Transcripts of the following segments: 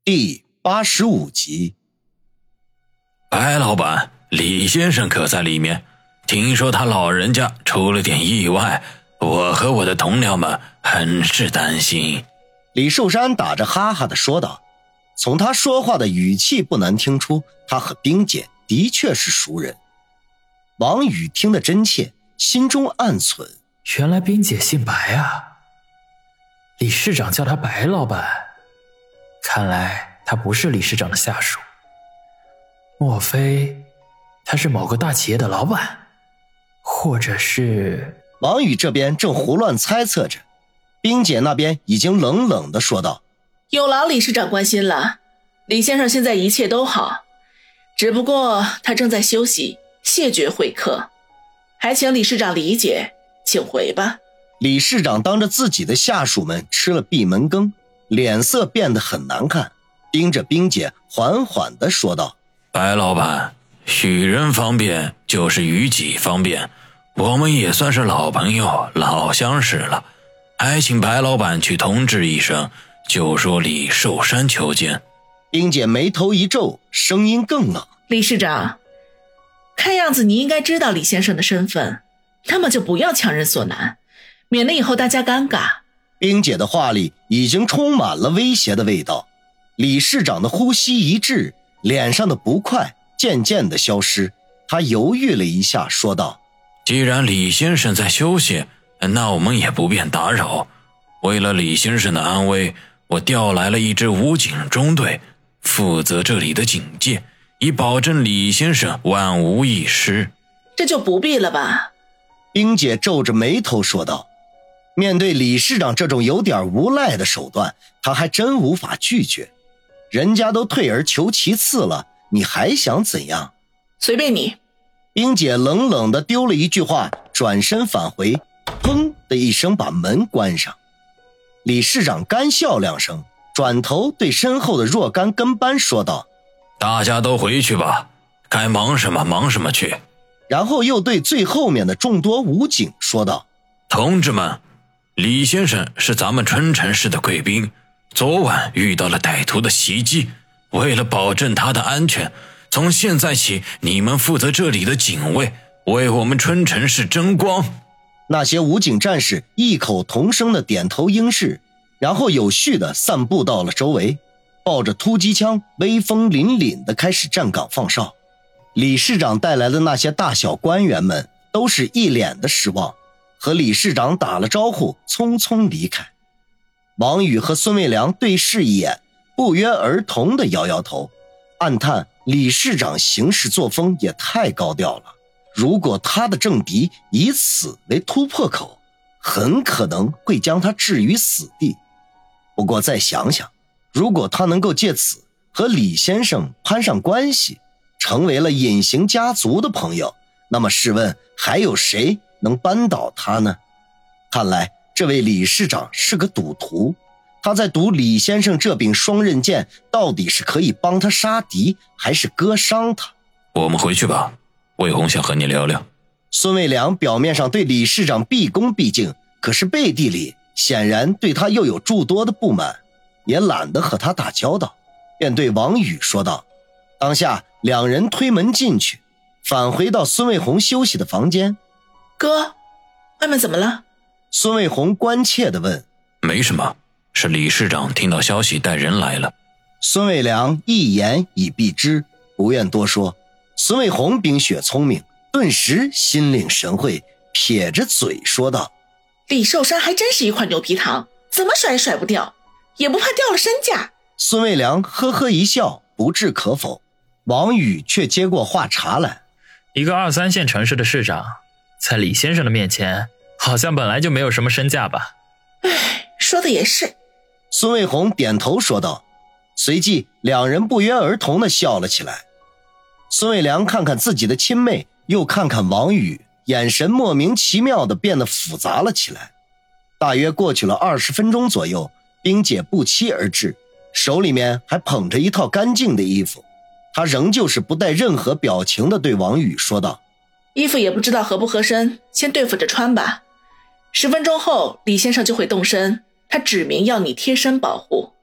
第85集。 白老板，李先生可在里面？听说他老人家出了点意外，我和我的同僚们很是担心。 李寿山打着哈哈地说道，从他说话的语气不难听出，他和冰姐的确是熟人。王宇听得真切，心中暗忖， 原来冰姐姓白啊，理事长叫她白老板，看来她不是理事长的下属，莫非她是某个大企业的老板，或者是…… 王宇这边正胡乱猜测着，冰姐那边已经冷冷地说道， 有劳理事长关心了，李先生现在一切都好，只不过他正在休息，谢绝会客，还请理事长理解，请回吧。 理事长当着自己的下属们吃了闭门羹，脸色变得很难看，盯着冰姐缓缓地说道， 白老板，与人方便就是与己方便，我们也算是老朋友老相识了，还请白老板去通知一声，就说李寿山求见。 冰姐眉头一皱，声音更冷， 理事长，看样子你应该知道李先生的身份，那么就不要强人所难，免得以后大家尴尬。 冰姐的话里已经充满了威胁的味道。理事长的呼吸一滞，脸上的不快渐渐地消失，他犹豫了一下说道， 既然李先生在休息，那我们也不便打扰，为了李先生的安危，我调来了一支武警中队，负责这里的警戒，以保证李先生万无一失。 这就不必了吧。 冰姐皱着眉头说道，面对理事长这种有点无赖的手段，她还真无法拒绝，人家都退而求其次了，你还想怎样？ 随便你。 冰姐冷冷地丢了一句话，转身返回，砰的一声把门关上。理事长干笑两声，转头对身后的若干跟班说道， 大家都回去吧，该忙什么忙什么去。 然后又对最后面的众多武警说道， 同志们，李先生是咱们春城市的贵宾，昨晚遇到了歹徒的袭击，为了保证他的安全，从现在起你们负责这里的警卫，为我们春城市争光。 那些武警战士异口同声的点头应是，然后有序的散布到了周围，抱着突击枪威风凛凛的开始站岗放哨。理事长带来的那些大小官员们都是一脸的失望，和理事长打了招呼匆匆离开。王宇和孙卫良对视一眼，不约而同的摇摇头，暗叹理事长行事作风也太高调了，如果他的政敌以此为突破口，很可能会将他置于死地。不过再想想，如果他能够借此和李先生攀上关系，成为了隐形家族的朋友，那么试问还有谁能扳倒他呢？看来这位理事长是个赌徒，他在赌李先生这柄双刃剑到底是可以帮他杀敌，还是割伤他。 我们回去吧，魏红想和你聊聊。 孙卫良表面上对理事长毕恭毕敬，可是背地里显然对他又有诸多的不满，也懒得和他打交道，便对王宇说道。当下两人推门进去，返回到孙卫红休息的房间。 哥，外面怎么了？ 孙卫红关切地问。 没什么，是理事长听到消息带人来了。 孙卫良一言以蔽之，不愿多说。孙卫红冰雪聪明，顿时心领神会，撇着嘴说道， 李寿山还真是一块牛皮糖，怎么甩也甩不掉，也不怕掉了身价。 孙卫良呵呵一笑，不置可否。王宇却接过话茬来， 一个2、3线城市的市长，在李先生的面前好像本来就没有什么身价吧。 唉，说的也是。 孙卫红点头说道，随即两人不约而同地笑了起来。孙卫良看看自己的亲妹，又看看王宇，眼神莫名其妙地变得复杂了起来。大约过去了20分钟左右，冰姐不期而至，手里面还捧着一套干净的衣服，她仍旧是不带任何表情地对王宇说道， 衣服也不知道合不合身，先对付着穿吧。10分钟后李先生就会动身，他指明要你贴身保护。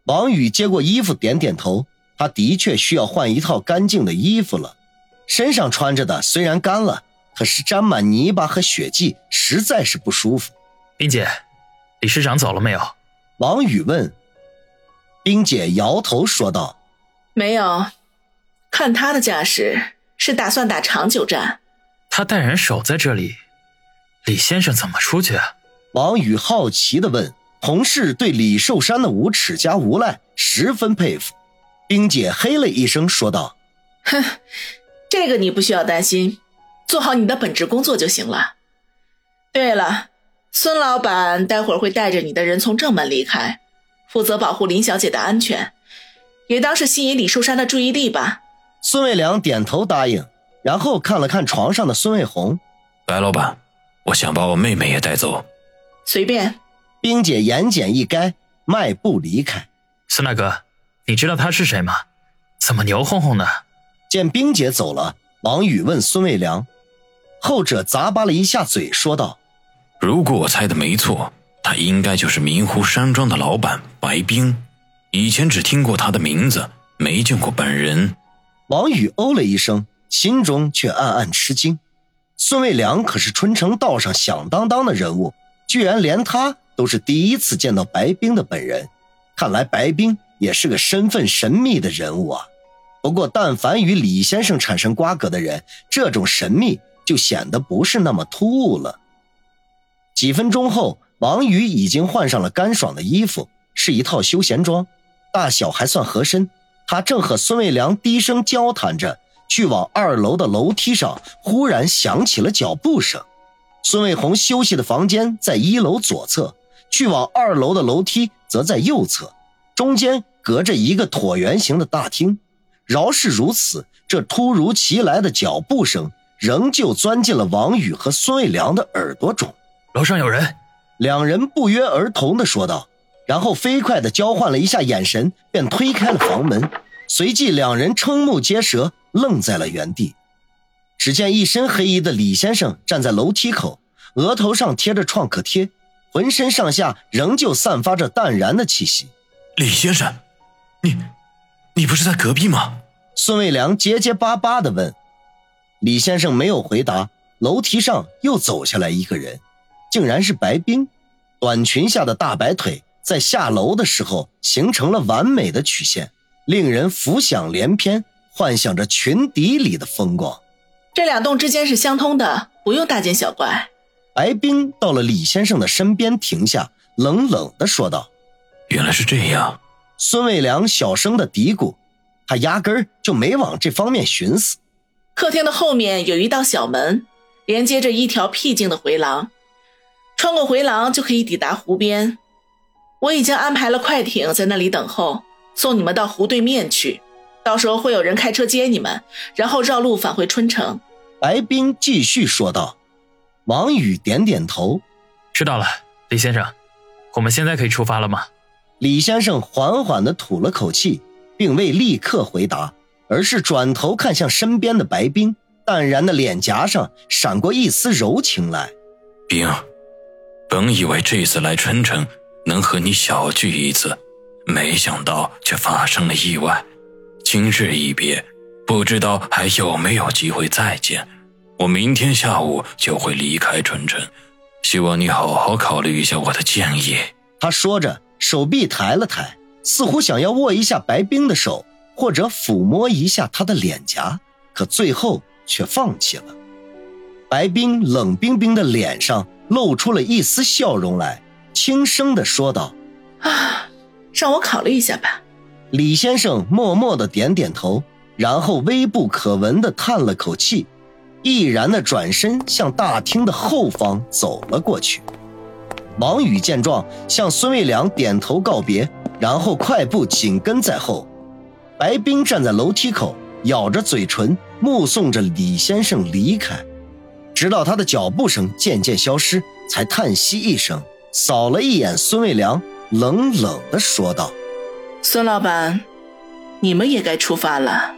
王宇接过衣服点点头，他的确需要换一套干净的衣服了。身上穿着的虽然干了，可是沾满泥巴和血迹，实在是不舒服。 冰姐，理事长走了没有？ 王宇问。冰姐摇头说道： 没有，看他的架势是打算打长久战。 他带人守在这里，李先生怎么出去啊？ 王宇好奇地问。同事对李寿山的无耻加无赖十分佩服。冰姐嘿了一声说道： 哼，这个你不需要担心，做好你的本职工作就行了。对了，孙老板待会儿会带着你的人从正门离开，负责保护林小姐的安全，也当是吸引李寿山的注意力吧。 孙卫良点头答应，然后看了看床上的孙卫红。 白老板，我想把我妹妹也带走。 随便。 冰姐言简意赅，迈步离开。 孙大哥，你知道他是谁吗？怎么牛哄哄的？ 见冰姐走了，王宇问孙卫良，后者咂巴了一下嘴说道： 如果我猜的没错，他应该就是明湖山庄的老板白冰，以前只听过他的名字，没见过本人。 王宇哦了一声，心中却暗暗吃惊。孙卫良可是春城道上响当当的人物，居然连他都是第一次见到白冰的本人，看来白冰也是个身份神秘的人物啊。不过但凡与李先生产生瓜葛的人，这种神秘就显得不是那么突兀了。几分钟后，王宇已经换上了干爽的衣服，是一套休闲装，大小还算合身。他正和孙卫良低声交谈着，去往2楼的楼梯上，忽然响起了脚步声。孙卫红休息的房间在1楼左侧，去往2楼的楼梯则在右侧，中间隔着一个椭圆形的大厅。饶是如此，这突如其来的脚步声仍旧钻进了王宇和孙卫良的耳朵中。 楼上有人。 两人不约而同地说道，然后飞快地交换了一下眼神，便推开了房门。随即两人瞠目结舌，愣在了原地。只见一身黑衣的李先生站在楼梯口，额头上贴着创可贴，浑身上下仍旧散发着淡然的气息。 李先生，你不是在隔壁吗？ 孙卫良结结巴巴地问。李先生没有回答，楼梯上又走下来一个人，竟然是白冰。短裙下的大白腿在下楼的时候形成了完美的曲线，令人浮想联翩，幻想着裙底里的风光。 这两栋之间是相通的，不用大惊小怪。 白冰到了李先生的身边停下，冷冷地说道： 原来是这样。 孙卫良小声地嘀咕，他压根儿就没往这方面寻思。 客厅的后面有一道小门，连接着一条僻静的回廊，穿过回廊就可以抵达湖边。我已经安排了快艇在那里等候，送你们到湖对面去，到时候会有人开车接你们，然后绕路返回春城。 白冰继续说道。王宇点点头， 知道了，李先生，我们现在可以出发了吗？ 李先生缓缓地吐了口气，并未立刻回答，而是转头看向身边的白冰，淡然的脸颊上闪过一丝柔情来。 冰，本以为这次来春城能和你小聚一次，没想到却发生了意外。今日一别，不知道还有没有机会再见。我明天下午就会离开春城，希望你好好考虑一下我的建议。 他说着，手臂抬了抬，似乎想要握一下白冰的手，或者抚摸一下他的脸颊，可最后却放弃了。白冰冷冰冰的脸上露出了一丝笑容来，轻声地说道： 让我考虑一下吧。 李先生默默地点点头，然后微不可闻地叹了口气，毅然地转身向大厅的后方走了过去。王宇见状，向孙卫良点头告别，然后快步紧跟在后。白冰站在楼梯口，咬着嘴唇，目送着李先生离开，直到他的脚步声渐渐消失，才叹息一声，扫了一眼孙卫良，冷冷地说道： 孙老板，你们也该出发了。